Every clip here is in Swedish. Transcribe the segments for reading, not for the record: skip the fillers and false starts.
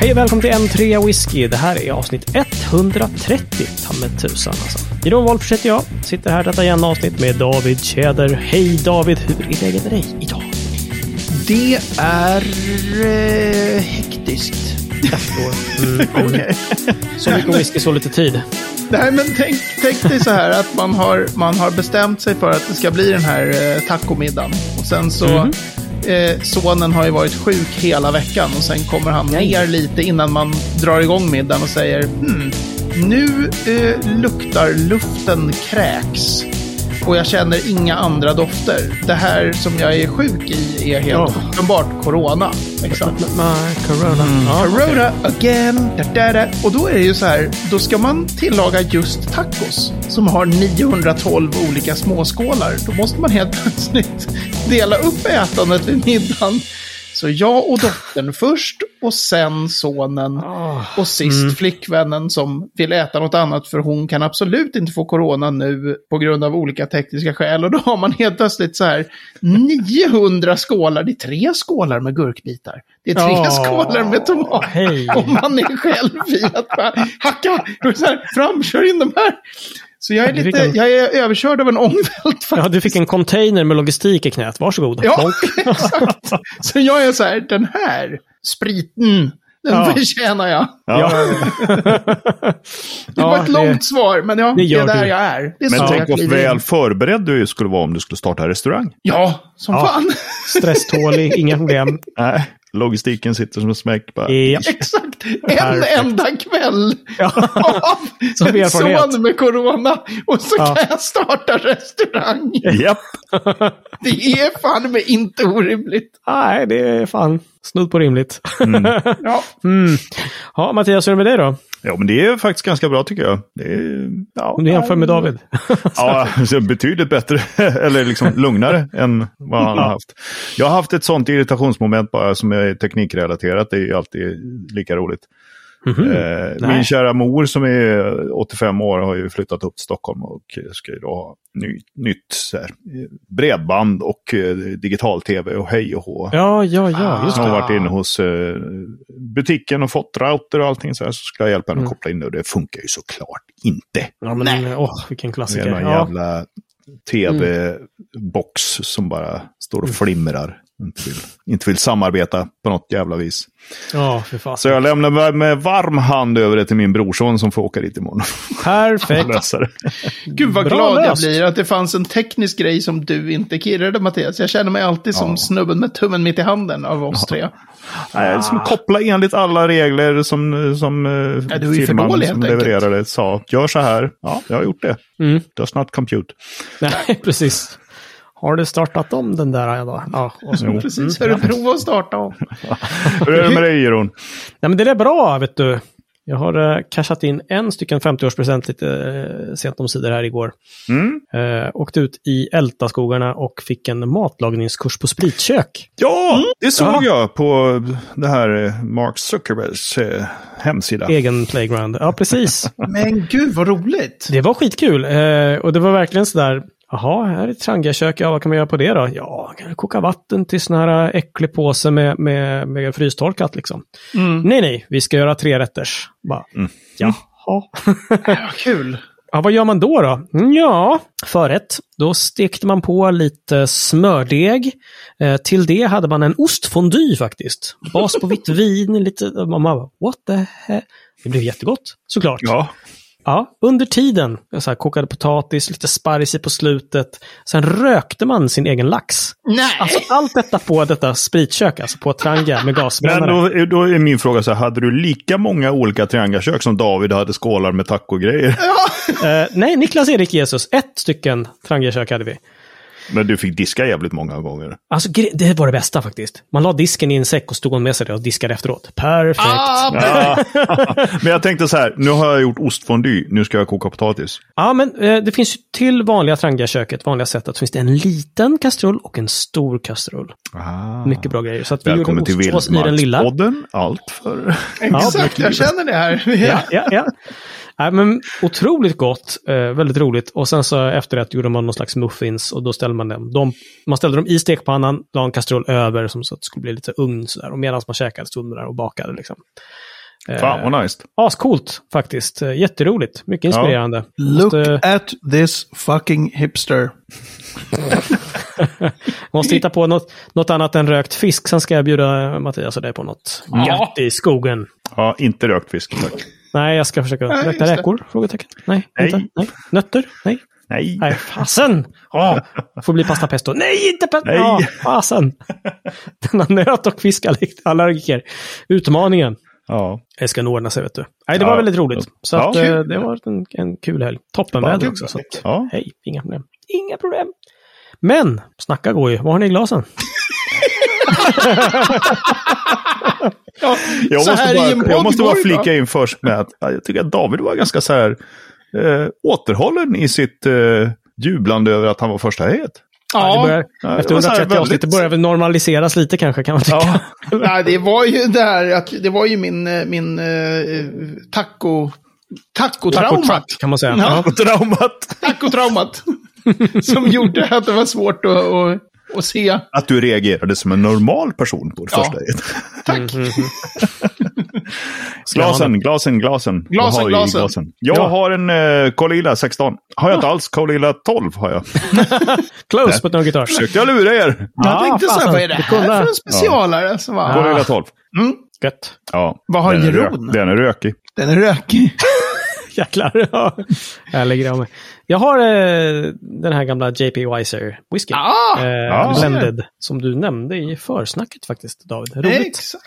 Hej och välkommen till M3 Whisky. Det här är avsnitt 130. Ta med tusan alltså. Jeroen Wolff heter jag. Sitter här detta igen avsnitt med David Tjäder. Hej David, hur är läget med dig idag? Det är hektiskt. Jag förstår. Okay. Så mycket whisky, så lite tid. Nej, men tänk dig så här att man har bestämt sig för att det ska bli den här tacomiddagen. Och sen så sonen har ju varit sjuk hela veckan och sen kommer han ner lite innan man drar igång middagen och säger nu luktar luften kräks och jag känner inga andra dofter. Det här som jag är sjuk i är helt uppenbart corona. Corona again. Och då är det ju så här, då ska man tillaga just tacos som har 912 olika småskålar. Då måste man helt plötsligt dela upp ätandet vid middagen. Så jag och dottern först och sen sonen och sist flickvännen som vill äta något annat för hon kan absolut inte få corona nu på grund av olika tekniska skäl. Och då har man helt plötsligt så här 900 skålar. Det är 3 skålar med gurkbitar. Det är 3 skålar med tomat. Och man är själv i att bara hacka och så här, framkör in de här. Så jag är jag är överkörd av en ångvält faktiskt. Ja, du fick en container med logistik i knät. Varsågod. Ja, exakt. Så jag är så här, den här spriten, den förtjänar jag. Ja. Det var ett långt svar, men det är där jag är. Det är men tänk vad väl förberedd du skulle vara om du skulle starta restaurang. Ja, som fan. Stresstålig, inga problem. Nej. Logistiken sitter som en smäck. Bara. Ja. Exakt, en enda kväll som en son med corona och så kan jag starta restaurang. Japp. Det är fan med inte orimligt. Nej, det är fan snudd på rimligt. Ja, Mattias, hur är det med dig då? Ja, men det är faktiskt ganska bra tycker jag. Det är, om du jämför med David. Ja, betydligt bättre, eller liksom lugnare än vad han har haft. Jag har haft ett sånt irritationsmoment bara som är teknikrelaterat. Det är ju alltid lika roligt. Min kära mor som är 85 år har ju flyttat upp till Stockholm och ska ju då ha nytt så här, bredband och digital-tv och hej och hå. Ja, just det. Hon har varit inne hos butiken och fått router och allting så här, så ska jag hjälpa henne att koppla in det och det funkar ju såklart inte. Ja, men vilken klassiker. Det är en jävla tv-box som bara står och flimrar. Inte vill samarbeta på något jävla vis. Ja, för fan. Så jag lämnar med varm hand över det till min brorson som får åka dit imorgon. Perfekt. Gud vad glad jag blir att det fanns en teknisk grej som du inte kirrade, Mattias. Jag känner mig alltid som snubben med tummen mitt i handen av oss tre. Nej, som koppla enligt alla regler som firman som levererade sa. Gör så här. Ja, jag har gjort det. Does not compute. Nej, precis. Har du startat om den där då? Ja, och så. Precis. Har du provat att starta om? Hur är det med dig, Jeroen? Nej, men det är bra, vet du. Jag har cashat in en stycken 50-årspresent lite sent om sidor här igår. Åkte ut i Ältaskogarna och fick en matlagningskurs på spritkök. Ja, det såg jag på det här Mark Zuckerbergs hemsida. Egen playground. Ja, precis. Men gud, vad roligt. Det var skitkul. Och det var verkligen sådär... Jaha, här är trangiakök. Ja, vad kan man göra på det då? Ja, kan koka vatten till sån här äcklig påse med frystorkat liksom. Nej, vi ska göra 3 rätters. Bara, jaha. Vad kul. Ja, vad gör man då? Ja, förrätt. Då stekte man på lite smördeg. Till det hade man en ostfondy faktiskt. Bas på vitt vin, lite... Man bara, what the heck? Det blev jättegott, såklart. Ja, under tiden, jag så här, kokade potatis, lite sparris i på slutet. Sen rökte man sin egen lax. Nej! Alltså allt detta på detta spritkök, alltså på Tranga med gasbrännare. Men då är min fråga så här, hade du lika många olika Tranga-kök som David hade skålar med tacogrejer? Nej, Niklas Erik Jesus, 1 stycken Tranga-kök hade vi. Men du fick diska jävligt många gånger. Alltså, det var det bästa faktiskt. Man la disken i en säck och stod hon med sig och diskade efteråt. Perfekt. Men jag tänkte så här, nu har jag gjort ostfondy, nu ska jag koka potatis. Ja, men det finns ju till vanliga Trangia-köket, vanliga sättet, så finns det en liten kastrull och en stor kastrull. Mycket bra grejer. Så att vi välkommen till Vildmarkspodden. Allt för... Exakt, jag känner det här. Ja. Nej, men otroligt gott, väldigt roligt. Och sen så efterrätt gjorde man någon slags muffins och då ställde man dem. Man ställde dem i stekpannan, la en kastrull över som så att det skulle bli lite ugn sådär. Och medan man käkade stod man där och bakade liksom. Fan vad nice. Ascoolt faktiskt. Jätteroligt. Mycket inspirerande. Look at this fucking hipster. Måste hitta på något annat än rökt fisk. Sen ska jag bjuda Mattias och dig på något gött i skogen. Ja, inte rökt fisk, tack. Nej, jag ska försöka. Rökta räkor? Frågetecken. Nej, inte. Nej. Nötter? Nej. Nej, fasen! Får bli pasta pesto. Nej, inte pesto! Nej. Fasen! Denna nöt- och fiskallergiker. Utmaningen. Ja. Jag ska nog ordna sig, vet du. Nej, det var väldigt roligt. Så att, det var en kul helg. Toppenväder också. Så att, hej, inga problem. Inga problem. Men, snacka går ju. Vad har ni i glasen? Jag måste bara flika in först med att jag tycker att David var ganska så här återhållen i sitt jublande över att han var första hejet. Ja, efter 130 avsnitt börjar väl normaliseras lite kanske, kan man tycka. Ja. Nej, det var ju där att det var ju min tacotraumat kan man säga. Ja. Tacotraumat som gjorde att det var svårt att se. Att du reagerade som en normal person på det första hejet. Tack. Glasen. Jag har en Colilla 16. Har jag inte alls Colilla 12 har jag. Close but no guitar. Försökte jag lura er. Jag tänkte så här, vad är det här för en specialare? Colilla 12. Gött. Ja. Vad har Jeroen? Den är rökig. Den är rökig. Jäklar. Ja. Jag lägger av mig. Jag har den här gamla JP Weiser whisky. Blended. Som du nämnde i försnacket faktiskt, David. Roligt. Exakt.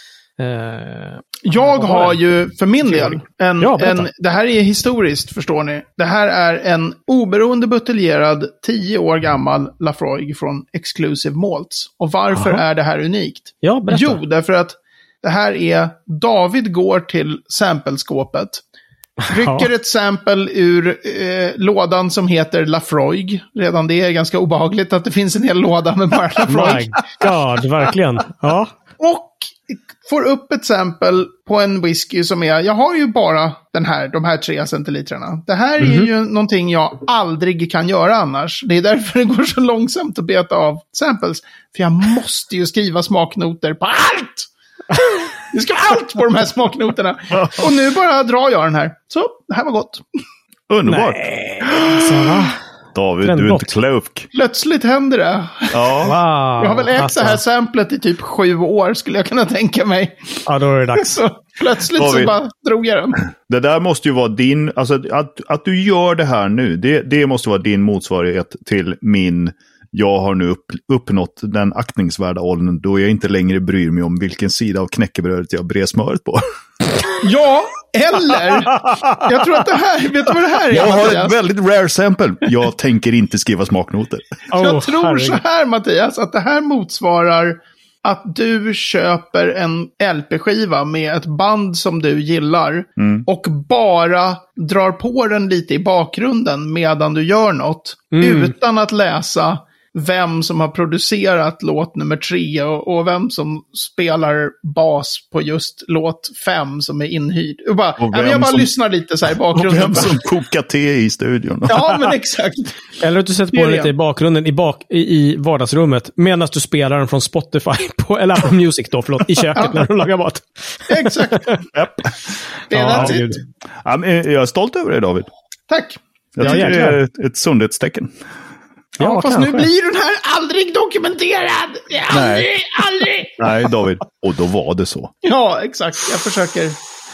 Jag har ju för min del det här är historiskt, förstår ni. Det här är en oberoende buteljerad 10 år gammal Lafroig från Exclusive Malts. Och varför är det här unikt? Ja, berätta. Jo, därför att det här är David går till sampleskåpet, rycker ett sample ur lådan som heter Lafroig. Redan det är ganska obehagligt att det finns en hel låda med bara Lafroig. My God, verkligen. Ja. Och får upp ett sample på en whisky som är, jag har ju bara de här 3 centilitrarna. Det här är ju någonting jag aldrig kan göra annars. Det är därför det går så långsamt att beta av samples. För jag måste ju skriva smaknoter på allt! Det ska vara allt på de här smaknoterna. Och nu bara drar jag den här. Så, det här var gott. Underbart. David, du är inte klok. Plötsligt händer det. Ja. Wow. Jag har väl ägt det här samplet i typ 7 år, skulle jag kunna tänka mig. Ja, då är det dags. Så, plötsligt David, så bara drog jag den. Det där måste ju vara din, alltså att du gör det här nu, det måste vara din motsvarighet till min. Jag har nu uppnått den aktningsvärda åldern då jag inte längre bryr mig om vilken sida av knäckebrödet jag brer smöret på. Ja, eller jag tror att det här, vet du vad det här är? Jag har ett väldigt rare sample. Jag tänker inte skriva smaknoter. Jag tror så här, Mattias, att det här motsvarar att du köper en LP-skiva med ett band som du gillar och bara drar på den lite i bakgrunden medan du gör något utan att läsa vem som har producerat låt nummer 3 och vem som spelar bas på just låt 5 som är inhyrd. Jag bara lyssnar lite så här i bakgrunden. Och vem som kokar te i studion. Ja, men exakt. Eller att du sätter på den lite i bakgrunden i vardagsrummet medan du spelar den från Spotify eller Apple Music då, i köket när du lagar mat. Exakt. Det är that's it. Jag är stolt över dig, David. Tack. Jag tycker det är ett sundhetstecken. Ja, fast kanske. Nu blir den här aldrig dokumenterad. Aldrig. Nej, David. Och då var det så. Ja, exakt. Jag försöker.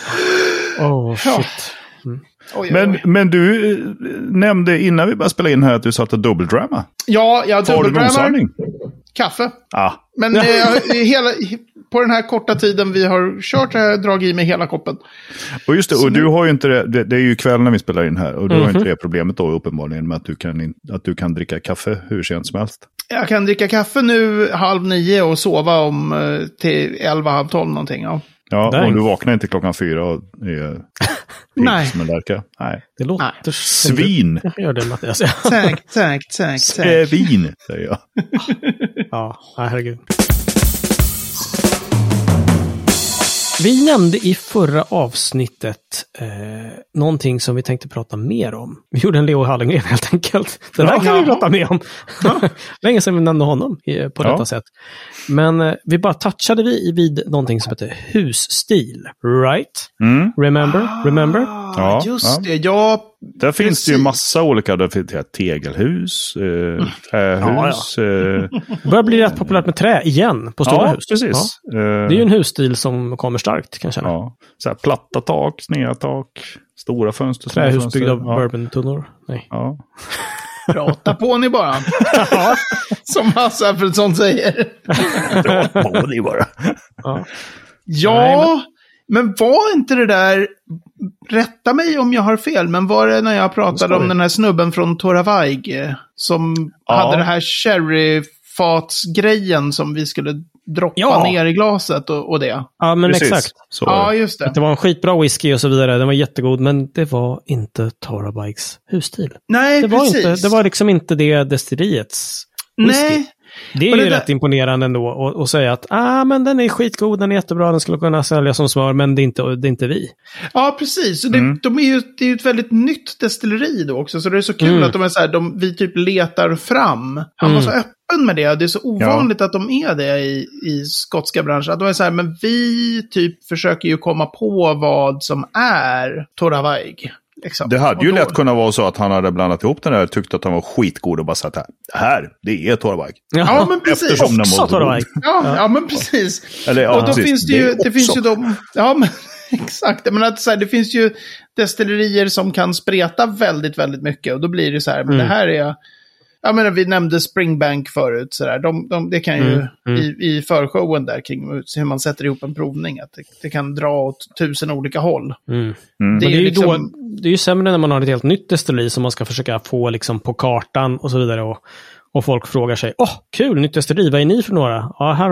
Shit. Men du nämnde innan vi började spela in här att du satt och dubbeldrama. Ja, jag dubbeldrammar. Kaffe. Men på den här korta tiden vi har kört har jag dragit i mig hela koppen. Och just det, och du har ju inte det är ju kväll när vi spelar in här. Och du har inte det problemet då uppenbarligen med att du kan dricka kaffe hur sent som helst. Jag kan dricka kaffe nu 8:30 och sova till 11:30 någonting, ja. Ja, och du vaknar inte 4:00 och är nej. Som en lärka. Nej. Det låter svin. Jag gör det, Mattias. Tack. Svin, säger jag. Ja, herregud. Vi nämnde i förra avsnittet någonting som vi tänkte prata mer om. Vi gjorde en Leo Hallengren helt enkelt. Det där kan vi prata mer om. Länge sedan vi nämnde honom på detta sätt. Men vi bara touchade vid någonting som heter husstil. Right? Remember? Ja, just det. Ja, där finns det ju massa olika. Det finns tegelhus, trähus. Det börjar bli rätt populärt med trä igen på stora hus. Precis. Ja. Det är ju en husstil som kommer starkt, kan jag känna. Ja. Så här, platta tak, sneda tak, stora fönster. Trähus byggda av bourbon-tunnor. Nej. Ja. Prata på ni bara. Som Hasse Alfredsson säger. Prata på ni bara. Ja, men var inte det där... Rätta mig om jag har fel, men var det när jag pratade om den här snubben från Toravaig som hade det här sherryfatsgrejen som vi skulle droppa ner i glaset och det? Ja, men precis. Exakt. Så. Ja, just det. Det var en skitbra whisky och så vidare. Den var jättegod, men det var inte Toravaig's husstil. Nej, det precis. Det var liksom inte det destilleriets whisky. Nej. Det är ju rätt imponerande ändå att säga att men den är skitgod, den är jättebra, den skulle kunna säljas som smör, men det är inte vi. Ja, precis. Det är ju ett väldigt nytt destilleri då också, så det är så kul att de är så här, vi typ letar fram. Han var så öppen med det, det är så ovanligt att de är det i skotska branschen. Att de är så här, men vi typ försöker ju komma på vad som är Toravaig. Liksom. Det hade ju lätt kunnat vara så att han hade blandat ihop den där, tyckte att han var skitgod och bara sagt det är Toravaig. Ja, men precis. Eftersom den var Toravaig. Ja, men precis. Eller, och då finns det finns ju de... Ja, men exakt. Men att, så här, det finns ju destillerier som kan spreta väldigt, väldigt mycket. Och då blir det så här, men det här är... Jag menar, vi nämnde Springbank förut. Så där. Det kan ju i förshowen där kring hur man sätter ihop en provning. Att det kan dra åt 1000 olika håll. Det är ju liksom... det är ju sämre när man har ett helt nytt destilleri som man ska försöka få liksom på kartan och så vidare. Och folk frågar sig, kul, nytt destilleri, vad är ni för några? Ja, här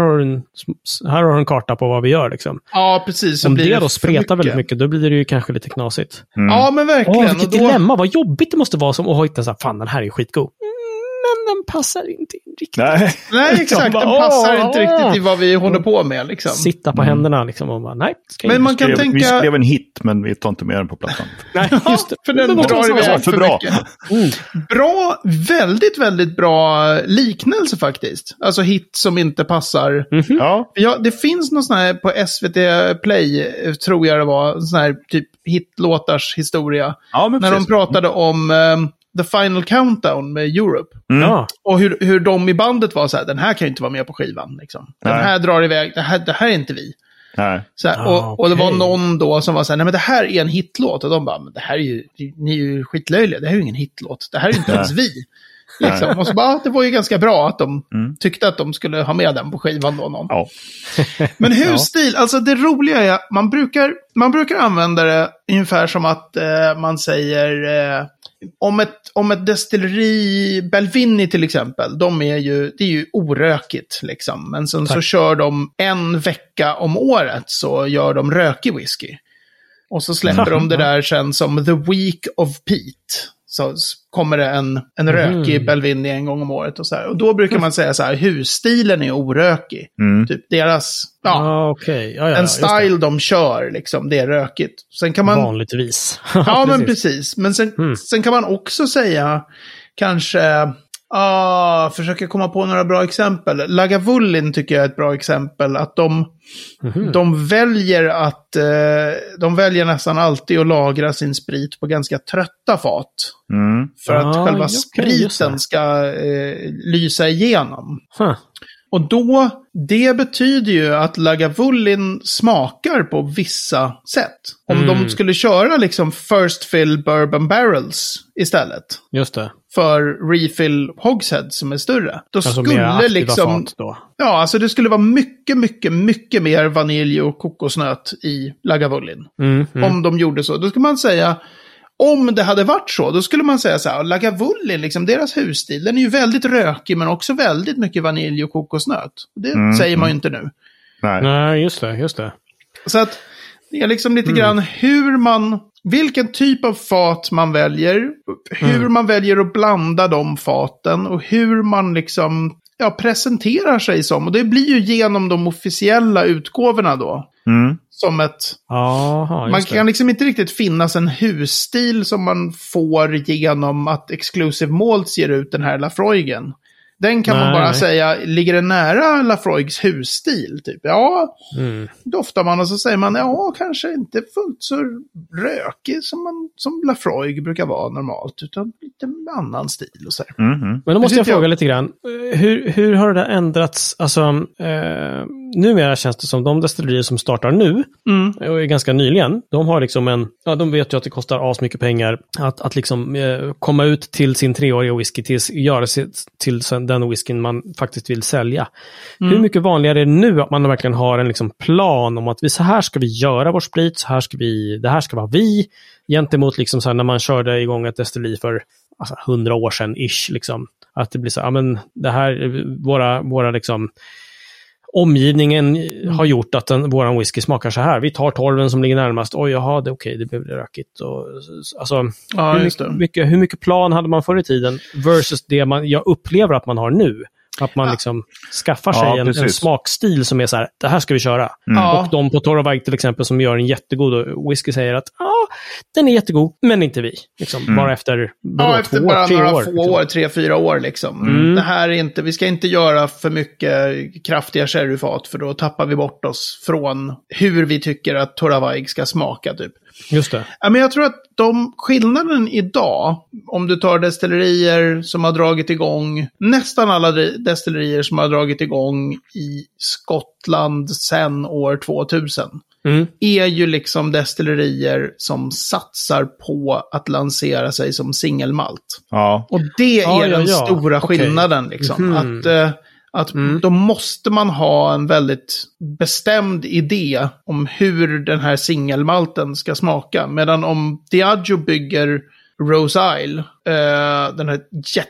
har du en karta på vad vi gör liksom. Ja, precis. Om det då spretar väldigt mycket, då blir det ju kanske lite knasigt. Ja, men verkligen. Vilket dilemma, vad jobbigt det måste vara som att hitta så här, fan den här är skitgod. Men den passar inte riktigt. Nej, exakt. Den passar inte riktigt i vad vi håller på med. Liksom. Sitta på händerna liksom och bara, nej. Men man kan tänka... Vi skrev en hit, men vi tar inte med den på plattan. Nej, just det. För den drar iväg för mycket. Bra, väldigt, väldigt bra liknelse faktiskt. Alltså hit som inte passar. Ja, det finns någon sån här på SVT Play, tror jag det var, sån här typ hitlåtars historia. Ja, men när de pratade om... The Final Countdown med Europe. Och hur de i bandet var så här, den här kan ju inte vara med på skivan. Liksom. Den här drar iväg, det här är inte vi. Så här, och det var någon då som var så här, nej men det här är en hitlåt. Och de bara, men det här är ju, ni är ju skitlöjliga, det här är ju ingen hitlåt. Det här är ju inte ens vi. Liksom. Och så bara, det var ju ganska bra att de tyckte att de skulle ha med den på skivan då. Någon. Men husstil, alltså det roliga är, man brukar använda det ungefär som att man säger... Om ett destilleri, Belvini till exempel, det är ju orökigt liksom. Men sen så kör de en vecka om året så gör de rökig whisky. Och så släpper de det där sen som The Week of Pete. Så kommer det en rökig Belvini en gång om året och så här. Och då brukar man säga så här, husstilen är orökig. Typ deras, en style de kör liksom, det är rökigt. Sen kan man... Vanligtvis. Ja, men precis. Men sen kan man också säga, kanske... försöker komma på några bra exempel. Lagavulin tycker jag är ett bra exempel. Att de väljer nästan alltid att lagra sin sprit på ganska trötta fat. För att själva spriten ska lysa igenom. Och då, det betyder ju att Lagavulin smakar på vissa sätt. Om de skulle köra liksom first fill bourbon barrels istället. Just det. För refill hogshead som är större. Då alltså skulle liksom... Då. Ja, alltså det skulle vara mycket, mycket, mycket mer vanilj och kokosnöt i Lagavulin. Om de gjorde så. Då skulle man säga... Om det hade varit så, då skulle man säga så här, Lagavulin, liksom deras husstil, den är ju väldigt rökig men också väldigt mycket vanilj och kokosnöt. Det säger man ju inte nu. Nej, just det. Så att det är liksom lite grann vilken typ av fat man väljer, hur man väljer att blanda de faten och hur man liksom presenterar sig som. Och det blir ju genom de officiella utgåvorna då. Som ett... Aha, man kan liksom inte riktigt finnas en husstil som man får genom att Exclusive Malts ger ut den här Lafroigen. Den kan man bara säga, ligger det nära Lafroigs husstil? Typ? Ja, doftar man och så säger man, ja, kanske inte fullt så rökig som Lafroig brukar vara normalt, utan lite annan stil och så. Men då måste jag fråga lite grann, hur har det ändrats? Alltså, numera känns det som de destillerier som startar nu, och är ganska nyligen, de har liksom de vet ju att det kostar asmycket pengar att liksom komma ut till sin 3-åriga whisky, göra till den whiskyn man faktiskt vill sälja. Hur mycket vanligare är det nu att man verkligen har en liksom plan om att så här ska vi göra vår sprit, det här ska vara vi, gentemot liksom så här när man körde igång ett destilleri för 100 år sedan ish, liksom, att det blir så här, men det här, våra liksom omgivningen har gjort att våran whisky smakar så här. Vi tar torven som ligger närmast. Oj, jaha, det är okej, det blev rökigt. Och, alltså, hur mycket plan hade man förr i tiden versus det jag upplever att man har nu? Att man liksom skaffar sig en smakstil som är så här, det här ska vi köra. Och de på Torvag till exempel som gör en jättegod whisky säger att den är jättegod, men inte vi. Liksom, bara efter några få år, 3-4 år liksom. Det här är inte, vi ska inte göra för mycket kraftiga sherryfat, för då tappar vi bort oss från hur vi tycker att Torvag ska smaka typ. Just det. Ja, men jag tror att skillnaden idag, om du tar destillerier som har dragit igång, nästan alla destillerier som har dragit igång i Skottland sedan år 2000, är ju liksom destillerier som satsar på att lansera sig som singelmalt. Ja. Och det är den stora skillnaden liksom. Att då måste man ha en väldigt bestämd idé om hur den här singelmalten ska smaka. Medan om Diageo bygger Rose Isle, den här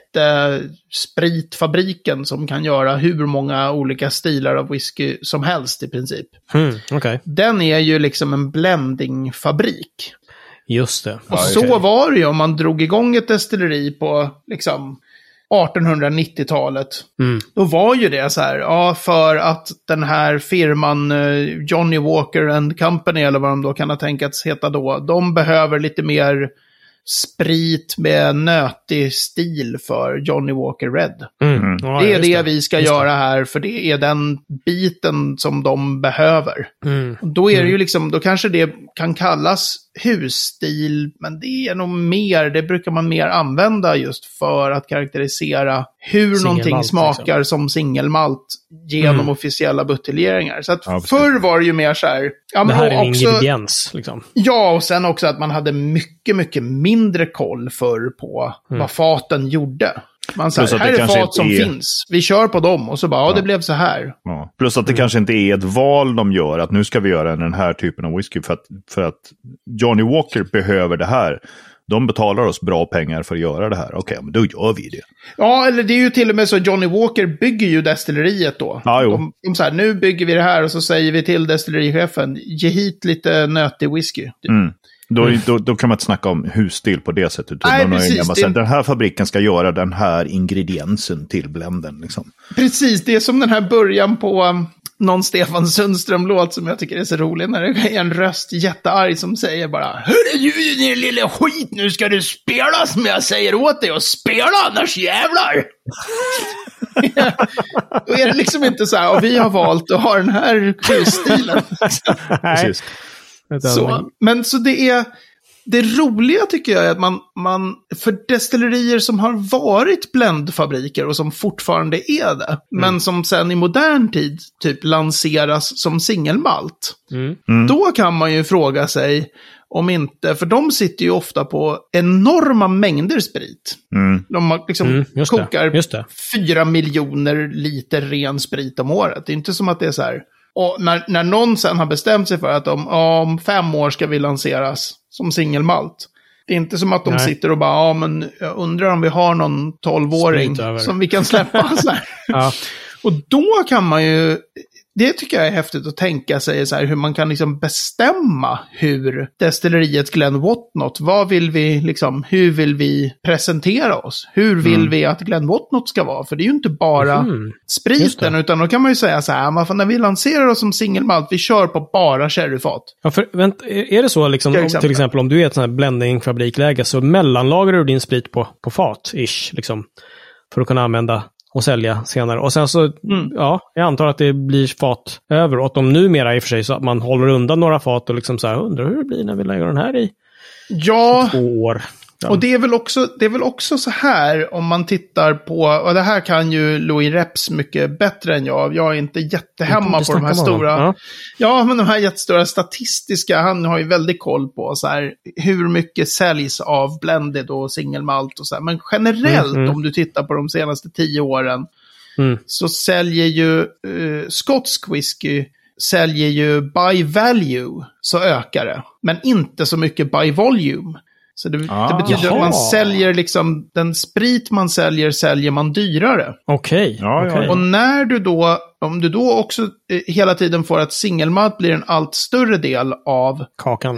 jättespritfabriken som kan göra hur många olika stilar av whisky som helst i princip. Den är ju liksom en blendingfabrik. Just det. Och så var det ju om man drog igång ett destilleri på liksom 1890-talet. Då var ju det så här, för att den här firman Johnny Walker and Company, eller vad de då kan ha tänkats heta då, de behöver lite mer sprit med nötig stil för Johnny Walker Red. Det är det vi ska göra här, för det är den biten som de behöver. Då är det ju liksom, då kanske det kan kallas husstil, men det är nog mer, det brukar man mer använda just för att karaktärisera hur någonting smakar liksom som singelmalt genom officiella buteljeringar. Så att förr var det ju mer så här, det här är en ingrediens liksom. Ja, och sen också att man hade mycket, mycket mindre koll förr på vad faten gjorde. Man säger, här är fat som finns. Vi kör på dem och så bara, det blev så här. Ja. Plus att det kanske inte är ett val de gör, att nu ska vi göra den här typen av whisky för att Johnny Walker behöver det här. De betalar oss bra pengar för att göra det här. Okej, men då gör vi det. Ja, eller det är ju till och med så Johnny Walker bygger ju destilleriet då. De så här, nu bygger vi det här och så säger vi till destillerichefen, ge hit lite nötig whisky. Då kan man inte snacka om husstil på det sättet. Nej, precis. Den här fabriken ska göra den här ingrediensen till blenden. Liksom. Precis, det är som den här början på någon Stefan Sundström-låt som jag tycker är så rolig. När det är en röst jättearg som säger bara, hörru du din lilla skit, nu ska du spela som jag säger åt dig, och spela annars jävlar! Då är det liksom inte så här, och vi har valt att ha den här stilen. Precis. Så det roliga tycker jag är att man för destillerier som har varit bländfabriker och som fortfarande är det, men som sen i modern tid typ lanseras som singelmalt, då kan man ju fråga sig om inte, för de sitter ju ofta på enorma mängder sprit. De liksom kokar 4 miljoner liter ren sprit om året. Det är inte som att det är så här. Och när någon sen har bestämt sig för att om 5 år ska vi lanseras som singelmalt. Det är inte som att de sitter och bara, men jag undrar om vi har någon 12-åring som vi kan släppa. Så här. Och då kan man ju Det tycker jag är häftigt att tänka sig så här, hur man kan liksom bestämma hur destilleriet Glen Whatnot, hur vill vi presentera oss? Hur vill vi att Glen Whatnot ska vara? För det är ju inte bara spriten, utan då kan man ju säga så här, när vi lanserar oss som singelmalt, vi kör på bara sherryfat. Ja, för är det så liksom, till exempel om du är ett sånt här blending-fabrikläge, så mellanlagrar du din sprit på fat-ish, liksom, för att kunna använda och sälja senare. Och sen så, jag antar att det blir fat över. Och att de numera i och för sig så att man håller undan några fat och liksom så här, undrar hur det blir när vi lägger den här i 2 år. Ja. Och det är väl också så här, om man tittar på, och det här kan ju Louis Reps mycket bättre än jag. Jag är inte jättehemma på de här stora. Ja, men de här jättestora statistiska, han har ju väldigt koll på så här, hur mycket säljs av blended och singelmalt och så här. Men generellt, om du tittar på de senaste 10 åren, så säljer ju skotsk whisky, säljer ju by value, så ökar det. Men inte så mycket by volume. Så det betyder att man säljer liksom, den sprit man säljer man dyrare. Okej. Och när du då, om du då också hela tiden får att singelmalt blir en allt större del av kakan.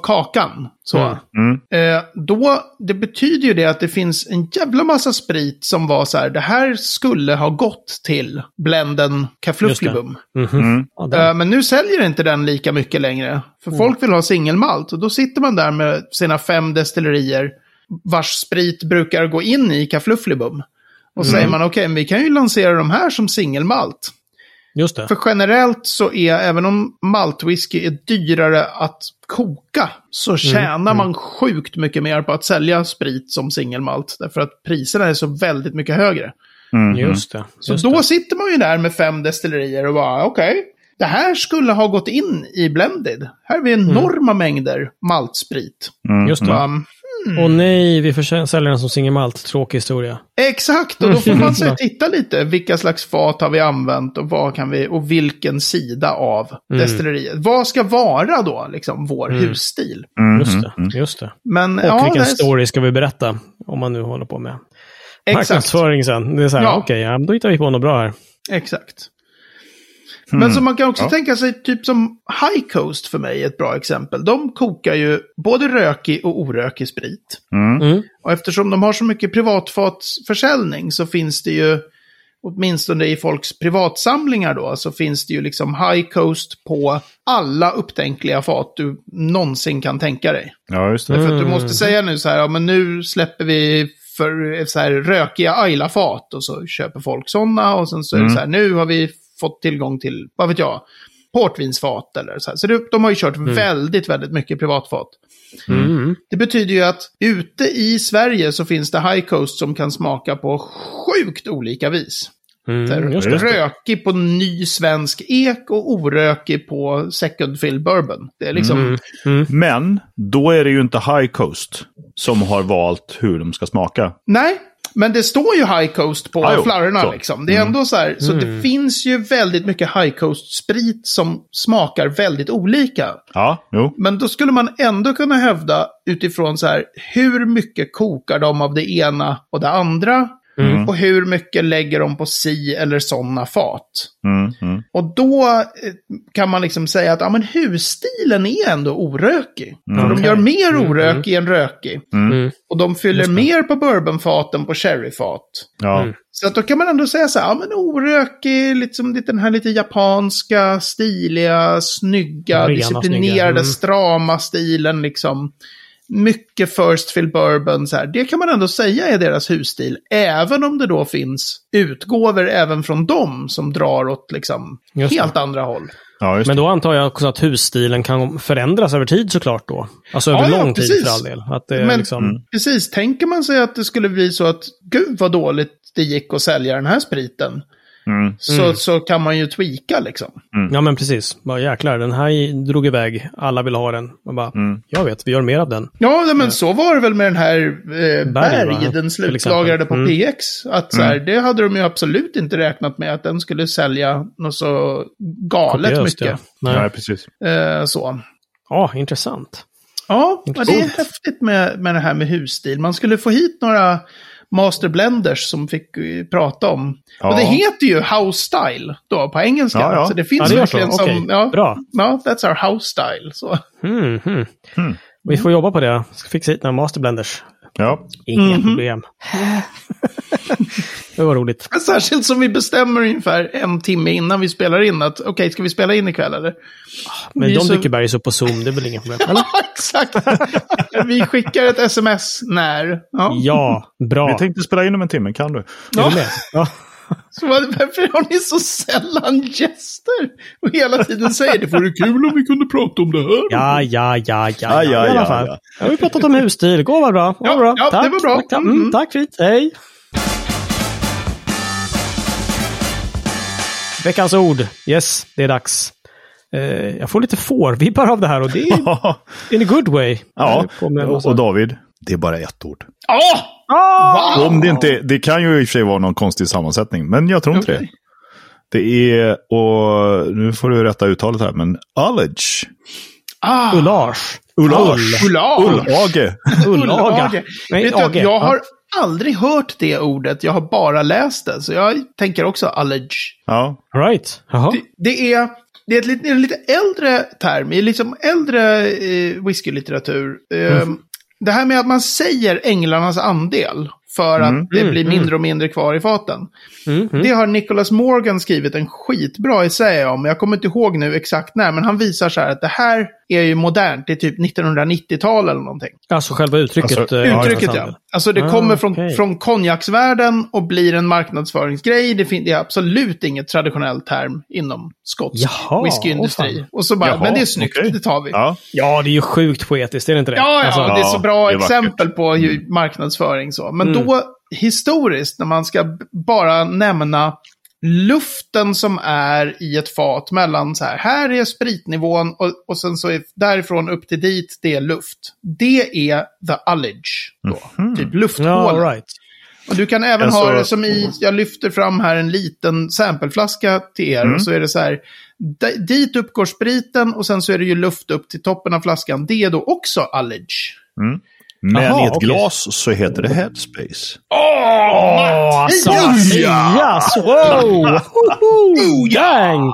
Så. Då, det betyder ju det att det finns en jävla massa sprit som var så här, det här skulle ha gått till blenden Kaflufflibum. Men nu säljer inte den lika mycket längre. För folk vill ha singelmalt. Och då sitter man där med sina 5 destillerier vars sprit brukar gå in i Kaflufflibum. Och säger man, okej, men vi kan ju lansera de här som singelmalt. Just det. För generellt så är, även om maltwhisky är dyrare att koka, så tjänar man sjukt mycket mer på att sälja sprit som singelmalt. Därför att priserna är så väldigt mycket högre. Just det. Så då sitter man ju där med 5 destillerier och bara, okej, det här skulle ha gått in i blended. Här har vi enorma mängder maltsprit. Just det. Och nej, vi får sälja den som singelmalt. Tråkig historia. Exakt, och då får man så titta lite. Vilka slags fat har vi använt och vad kan vi, och vilken sida av destilleriet. Vad ska vara då liksom vår husstil? Just det. Men, och vilken story ska vi berätta om man nu håller på med marknadsföring sen. Det är så här, då hittar vi på något bra här. Exakt. Men så man kan också tänka sig typ som High Coast för mig är ett bra exempel. De kokar ju både rökig och orökig sprit. Och eftersom de har så mycket privatfatsförsäljning så finns det ju, åtminstone i folks privatsamlingar då, så finns det ju liksom High Coast på alla upptänkliga fat du någonsin kan tänka dig. Ja, just det. För att du måste säga nu så här, men nu släpper vi för så här rökiga Ayla-fat, och så köper folk sådana, och sen så är det så här, nu har vi fått tillgång till, vad vet jag, portvinsfat eller så här. Så de har ju kört väldigt, väldigt mycket privatfat. Det betyder ju att ute i Sverige så finns det High Coast som kan smaka på sjukt olika vis. Rökig på ny svensk ek och orökig på second fill bourbon. Det är liksom... Men då är det ju inte High Coast som har valt hur de ska smaka. Nej, men det står ju High Coast på flarrorna liksom. Det är ändå så här, så det finns ju väldigt mycket High Coast-sprit som smakar väldigt olika. Ja, jo. Men då skulle man ändå kunna hävda utifrån så här, hur mycket kokar de av det ena och det andra? Och hur mycket lägger de på si eller sådana fat? Och då kan man liksom säga att men husstilen är ändå orökig. För de gör mer orökig än rökig. Och de fyller mer på bourbonfaten på sherryfat. Så att då kan man ändå säga så här, men orökig, liksom den här lite japanska, stiliga, snygga, disciplinerade, strama stilen liksom. Mycket first fill bourbon så här. Det kan man ändå säga är deras husstil. Även om det då finns utgåvor även från dem som drar åt liksom helt andra håll. Ja, men då antar jag också att husstilen kan förändras över tid såklart då. Alltså över lång tid för all del. Att det men liksom... precis, tänker man sig att det skulle bli så att gud vad dåligt det gick att sälja den här spriten. Så kan man ju tweaka liksom. Ja men precis, bara jäklar, den här drog iväg, alla vill ha den. Man bara, jag vet, vi gör mer av den. Ja men så var det väl med den här Berg, den slutlagrade på PX. Att så här, det hade de ju absolut inte räknat med att den skulle sälja något så galet kopiöst, mycket. Ja. Nej, precis. Så. Ja, intressant. Ja, det är häftigt med det här med husstil. Man skulle få hit några Master Blenders som fick prata om. Ja. Och det heter ju House Style då på engelska. Ja. Så det finns det verkligen som... Okay. Ja, bra. Ja, that's our house style. Så. Vi får jobba på det. Ska fixa hit några Master Blenders. Ja. Inga problem. Det var roligt. Särskilt som vi bestämmer ungefär en timme innan vi spelar in att okej, ska vi spela in ikväll eller? Men de dyker bergs upp på Zoom, det är väl inga problem. Eller? Exakt. Vi skickar ett sms när. Ja, bra. Vi tänkte spela in om en timme, kan du? Är du med? Ja. Så varför har ni så sällan gäster? Och hela tiden säger det vore kul om vi kunde prata om det här. Ja. I alla fall. Ja. Jag har ju pratat om husstil. Gå var bra. Ja, bra. ja, Tack, det var bra. Tack, tack fint. Hej. Veckans ord. Yes, det är dags. Jag får lite fårvibbar av det här och det är in a good way. Ja, och David, det är bara ett ord. Wow! Om det inte, det kan ju i och för sig vara någon konstig sammansättning, men jag tror inte det. Det är, och nu får du rätta uttalet här, men Ullage. Ullage. Ullaga. Vet du att jag har aldrig hört det ordet, jag har bara läst det. Så jag tänker också Ullage. Ja. Right. Det är en lite äldre term, i liksom äldre whiskylitteratur. Det här med att man säger änglarnas andel för att det blir mindre och mindre kvar i faten. Det har Nicholas Morgan skrivit en skitbra essä om. Jag kommer inte ihåg nu exakt när, men han visar så här att det här är ju modernt. Det är typ 1990-tal eller någonting. Alltså själva uttrycket. Uttrycket, ja. Alltså det kommer från konjaksvärlden och blir en marknadsföringsgrej. Det är absolut inget traditionellt term inom skotsk whiskyindustri. Och så bara, men det är snyggt, det tar vi. Ja, det är ju sjukt poetiskt, är det inte det? Ja, alltså, det är så bra exempel vackert. på hur marknadsföring så. Men då, historiskt, när man ska bara nämna luften som är i ett fat mellan så här är spritnivån och sen så är därifrån upp till dit det är luft. Det är the ullage då. Typ lufthålet. Right. Och du kan även ha det som i, jag lyfter fram här en liten sampleflaska till er. Och så är det så här, dit uppgår spriten och sen så är det ju luft upp till toppen av flaskan. Det är då också ullage. Men i ett glas så heter det headspace. Yes! Wow! Gang!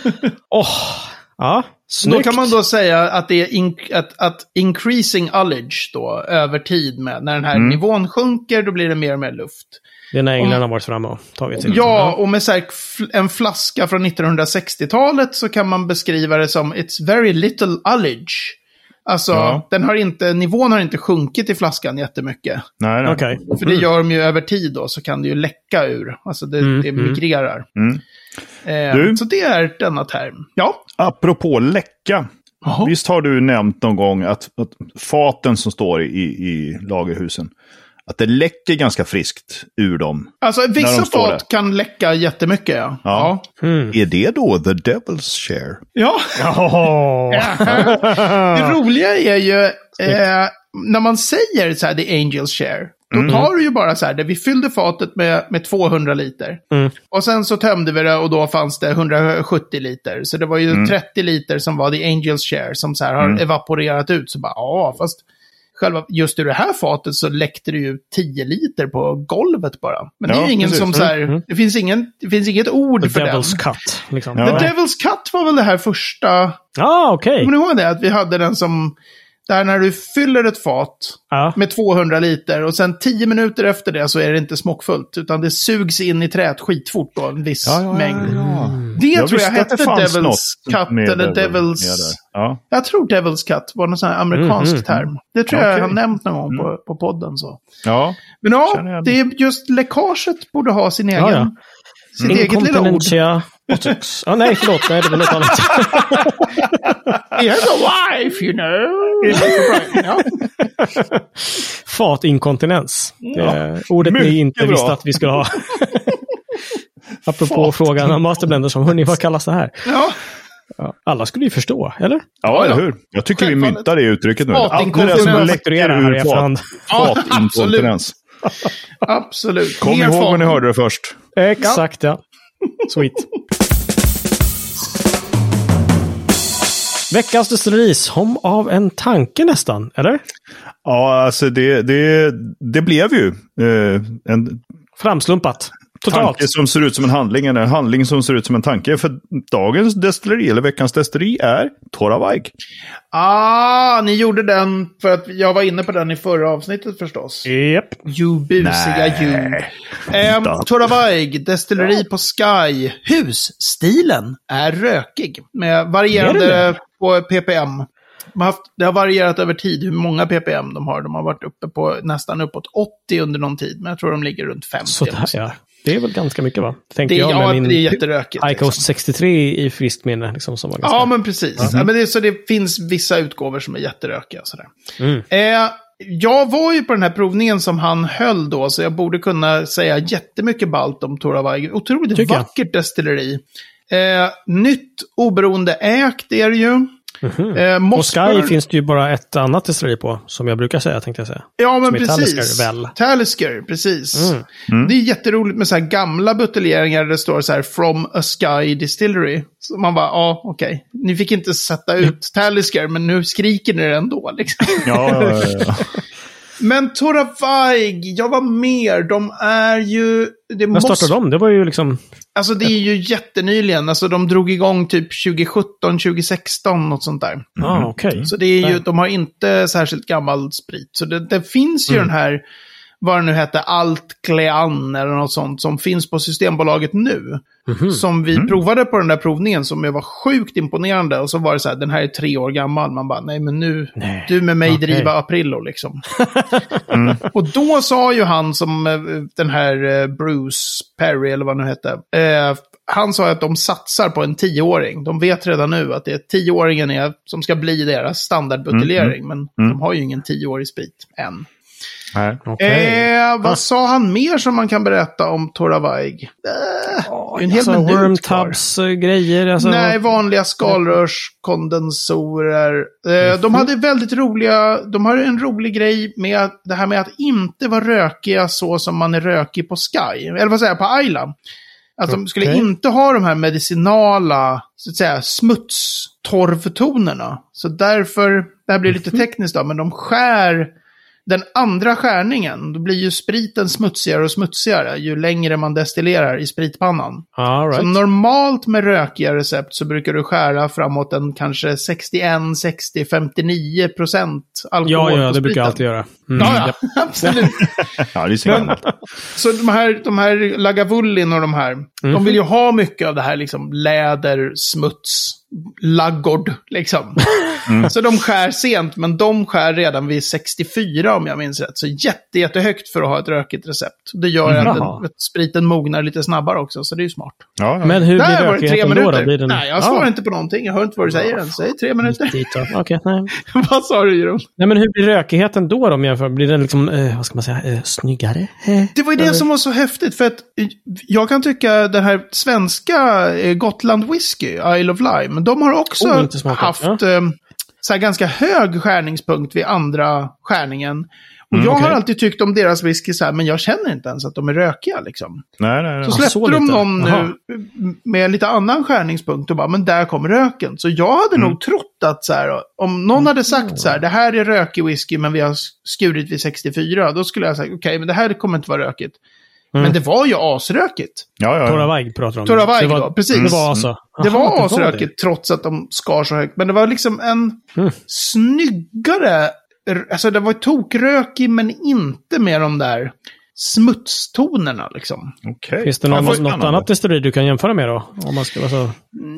Ja, snyggt. Då kan man då säga att det är att increasing ullage då över tid med när den här nivån sjunker, då blir det mer och mer luft. Det är när änglarna har varit framme och tagit sig. Ja, och med så här, en flaska från 1960-talet så kan man beskriva det som it's very little ullage. Alltså, nivån har inte sjunkit i flaskan jättemycket. Nej. Okay. För det gör de ju över tid då, så kan det ju läcka ur. Alltså det migrerar. Så det är denna term. Ja. Apropå läcka. Visst har du nämnt någon gång att faten som står i lagerhusen, att det läcker ganska friskt ur dem. Alltså vissa fat kan läcka jättemycket, ja. Är det då the devil's share? Ja. Det roliga är ju när man säger så här the angel's share, då tar du ju bara så här, där vi fyllde fatet med 200 liter. Och sen så tömde vi det och då fanns det 170 liter. Så det var ju 30 liter som var the angel's share som så här har evaporerat ut. Så bara, fast själva, just ur det här fatet så läckte det ju 10 liter på golvet bara. Men det är ju ingen som så här, det finns inget ord för den. Devil's cut. Liksom. The Devil's Cut var väl det här första. Okej. Kommer ni ihåg det? Att vi hade den som, där när du fyller ett fat med 200 liter och sen 10 minuter efter det så är det inte smockfullt. Utan det sugs in i träet skitfort då, en viss mängd. Det tror jag hette Devil's Cut eller Devil's... Jag tror Devil's Cut var någon sån här amerikansk term. Det tror jag har nämnt någon gång på podden. Så. Ja. Men det är just läckaget borde ha sin egen... Sitt eget lilla ord. Nej, förlåt. Nej, det var något annat. He has a wife, you know. Fatinkontinens. Ordet ni inte visste att vi skulle ha. Apropå frågan om Masterblender som hörni, vad kallas det här? Ja. Alla skulle ju förstå, eller? Ja, eller hur? Jag tycker vi myntar det uttrycket nu. Fatinkontinens. Absolut. Kom ihåg vad ni hörde det först. Exakt, ja. Sweet. Veckans destilleri som av en tanke nästan, eller? Ja, alltså det blev ju en Framslumpat. Totalt. tanke som ser ut som en handling, eller en handling som ser ut som en tanke. För dagens destilleri, eller veckans destilleri, är Toravaig. Ni gjorde den för att jag var inne på den i förra avsnittet förstås. Japp. You busiga you. Toravaig, destilleri på Sky. Husstilen är rökig. Med varierande på ppm. Det har varierat över tid hur många ppm de har. De har varit uppe på nästan uppåt 80 under någon tid. Men jag tror de ligger runt 50. Sådär, ja. Det är väl ganska mycket, va? Tänker det, jag med min det är jätterökigt. High Coast 63 i friskt minne. Liksom, som var ganska... Ja, men precis. Ja, men så det finns vissa utgåvor som är jätterökiga. Sådär. Jag var ju på den här provningen som han höll då. Så jag borde kunna säga jättemycket ballt om Toravaig. Otroligt vackert destilleri. Nytt, oberoende ägt är det ju. På Sky finns det ju bara ett annat destilleri på, som jag brukar säga, tänkte jag säga. Ja, men som precis. Talisker, väl? Talisker, precis. Det är jätteroligt med så här gamla buteljeringar där det står så här From a Sky Distillery. Så man bara, okej. Ni fick inte sätta ut Talisker, men nu skriker ni det ändå. Liksom. Ja. Men Toravaig, jag var mer. De är ju... När startade de? Det var ju liksom... Alltså det är ju jättenyligen. Alltså de drog igång typ 2017, 2016, något sånt där. Okej. Så det är ju, de har inte särskilt gammal sprit. Så det finns ju den här, vad det nu heter, Alt-Clean eller något sånt som finns på Systembolaget nu. Som vi provade på den där provningen som var sjukt imponerande. Och så var det så här, den här är 3 år gammal. Man bara, nej men nu, du med mig driva Aprillo liksom. Och då sa ju han som den här Bruce Perry eller vad nu hette. Han sa att de satsar på en 10-åring. De vet redan nu att det är 10-åringen som ska bli deras standardbuteljering. Men de har ju ingen 10-årig sprit än. Vad sa han mer som man kan berätta om Toravaig? En hel minut wormtubs grejer. Alltså. Nej, vanliga skalrörskondensorer. De hade väldigt roliga... De har en rolig grej med det här med att inte vara rökiga så som man är rökig på Sky. Eller vad säger jag, på Isla. Alltså de skulle inte ha de här medicinala, så att säga, smutstorvtonerna. Så därför, det här blir lite tekniskt då, men de skär den andra skärningen. Då blir ju spriten smutsigare och smutsigare ju längre man destillerar i spritpannan. Right. Så normalt med rökiga recept så brukar du skära framåt en kanske 61, 60, 59% alkohol. Ja, det brukar jag alltid göra. Ja, absolut. Ja, det är så gammalt. Så de här Lagavulin och de här, de vill ju ha mycket av det här liksom läder, smuts, laggård liksom. Så de skär sent, men de skär redan vid 64 om jag minns rätt. Så jättehögt för att ha ett rökigt recept. Det gör att spriten mognar lite snabbare också, så det är ju smart. Ja. Men hur blir rökigheten då? Blir den... Nej, jag svarar inte på någonting. Jag hör inte vad du säger än. Säg 3 minuter. Okej, nej. Vad sa du, Jeroen? Nej, men hur blir rökigheten då om jämför? Blir den liksom, vad ska man säga, snyggare? Det var ju det som var så häftigt, för att jag kan tycka den här svenska Gotland Whisky, Isle of Lime, de har också haft så här ganska hög skärningspunkt vid andra skärningen. Och jag har alltid tyckt om deras whisky så här, men jag känner inte ens att de är rökiga liksom. Nej. Så släppte de någon nu med lite annan skärningspunkt och bara, men där kommer röken. Så jag hade nog trott att så här, om någon hade sagt så här, det här är rökig whisky men vi har skurit vid 64, då skulle jag säga, okej, men det här kommer inte vara rökigt. Men det var ju asrökigt. Ja. Toravaig pratar de om. Toravaig då, precis. Det var alltså. Det var asrökigt trots att de skar så högt. Men det var liksom en snyggare... Alltså det var tokrökig men inte med de där smutstonerna liksom. Okay. Finns det något annat destilleri du kan jämföra med då? Om man ska vara så...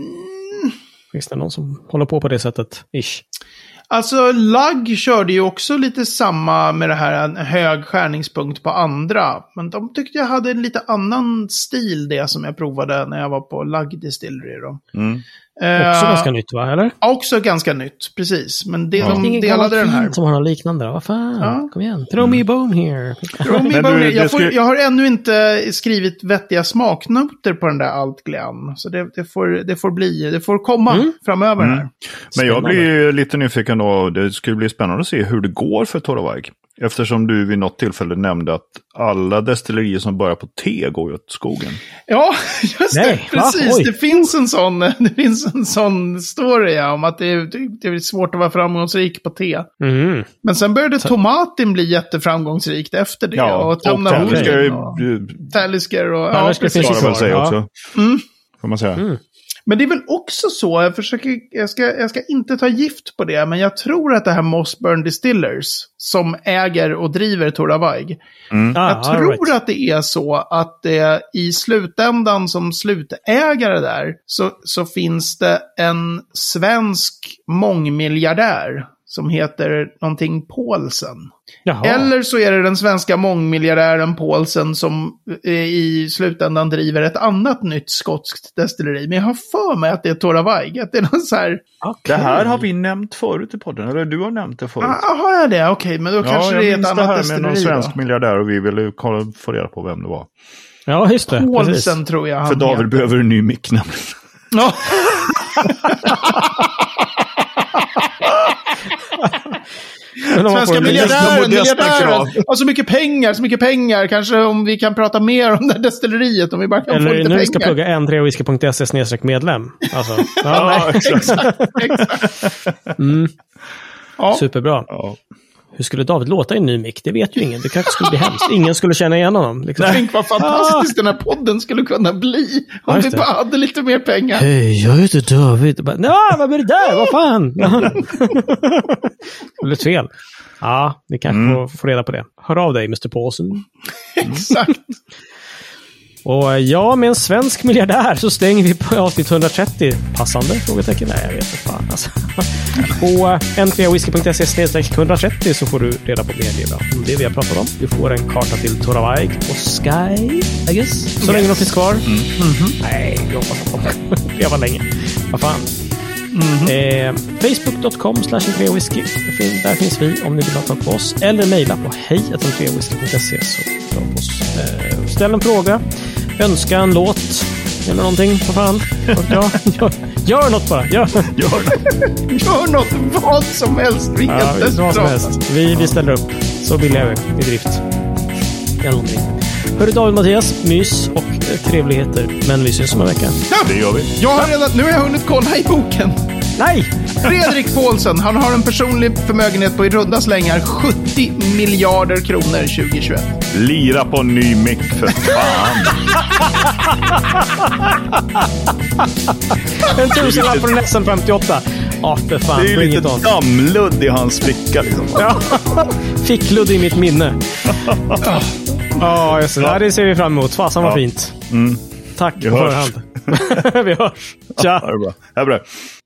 Finns det någon som håller på det sättet? Ish. Alltså Lagg körde ju också lite samma med det här, en hög skärningspunkt på andra. Men de tyckte jag hade en lite annan stil, det som jag provade när jag var på Lagg Distillery då. Också ganska nytt, va? Eller? Också ganska nytt, precis. Men de delade den här. Som har något liknande då. Vad fan? Kom igen. Throw me a bone here. Throw me a bone here. Jag har ännu inte skrivit vettiga smaknoter på den där Alt-Glean. Så det får komma framöver här. Men jag blir ju lite nyfiken då. Det skulle bli spännande att se hur det går för Torravike. Eftersom du vid något tillfälle nämnde att alla destillerier som börjar på T går ju åt skogen. Ja, just det. Precis. Det finns en sån story om att det är svårt att vara framgångsrik på T. Mm. Men sen började tomatin bli jätteframgångsrikt efter det. Ja, och Talisker och... Ja, precis. Ska väl säga också. Får man säga. Mm. Men det är väl också så, jag ska inte ta gift på det, men jag tror att det här Mossburn Distillers som äger och driver Torravike, jag tror att det är så att det i slutändan som slutägare där så finns det en svensk mångmiljardär som heter någonting Paulsen. Jaha. Eller så är det den svenska mångmiljardären Paulsen som i slutändan driver ett annat nytt skotskt destilleri. Men jag har för mig att det är Torravike. Att det är någon så här... Okay. Det här har vi nämnt förut i podden. Eller du har nämnt det förut. Har jag det? Okej, men då kanske det är ett annat destilleri. Med någon svensk miljardär och vi ville få reda på vem det var. Ja, just det. Paulsen precis. Tror jag han För David behöver en ny mick nämligen. Ja. Svenska miljardären har så mycket pengar. Kanske om vi kan prata mer om det här destilleriet, om vi bara kan få lite pengar. Eller nu vi ska plugga n3whisky.se/medlem. Alltså, exakt. Ja. Superbra. Ja. Hur skulle David låta i en ny mick? Det vet ju ingen. Det kanske skulle bli hemskt. Ingen skulle känna igen honom. Liksom. Tänk vad fantastiskt den här podden skulle kunna bli om vi bara hade lite mer pengar. Hej, jag heter David. Vad är det där? Vad fan? Det blev fel. Ja, ni kanske får reda på det. Hör av dig, Mr. Paulsen. Exakt. Och med en svensk miljardär så stänger vi på avsnitt 130. Passande? Frågetecken? Nej, jag vet inte fan. Alltså. På n3whisky.se/130 så får du reda på mer om det vi har pratat om. Du får en karta till Torravike och Sky, I guess. Så länge de finns kvar. Nej, jag hoppas att det var länge. Vad fan. Facebook.com/n3whisky. Där finns vi om ni vill ha tag på oss. Eller mejla på hej@n3whisky.se så tag på oss. Ställ en fråga. Önska en låt. Eller någonting. Vad fan. Gör något bara. Gör något. Vad som helst. Vad som helst. Vi ställer upp. Så vill jag i drift. Eller någonting. Hörru David, Mattias, mys och trevligheter. Men vi syns om en vecka. Ja, det gör vi. Nu har jag hunnit kolla i boken. Nej! Fredrik Paulsen, han har en personlig förmögenhet på i runda slängar 70 miljarder kronor 2021. Lira på ny mick för fan. En tusenlapp på den SM58. För fan. Det är ju lite dammludd i hans ficka liksom. Ja. Fickludd i mitt minne. Just det. Det ser vi fram emot. Fasen var fint. Tack på förhand. Vi hörs. Tja. Det är bra.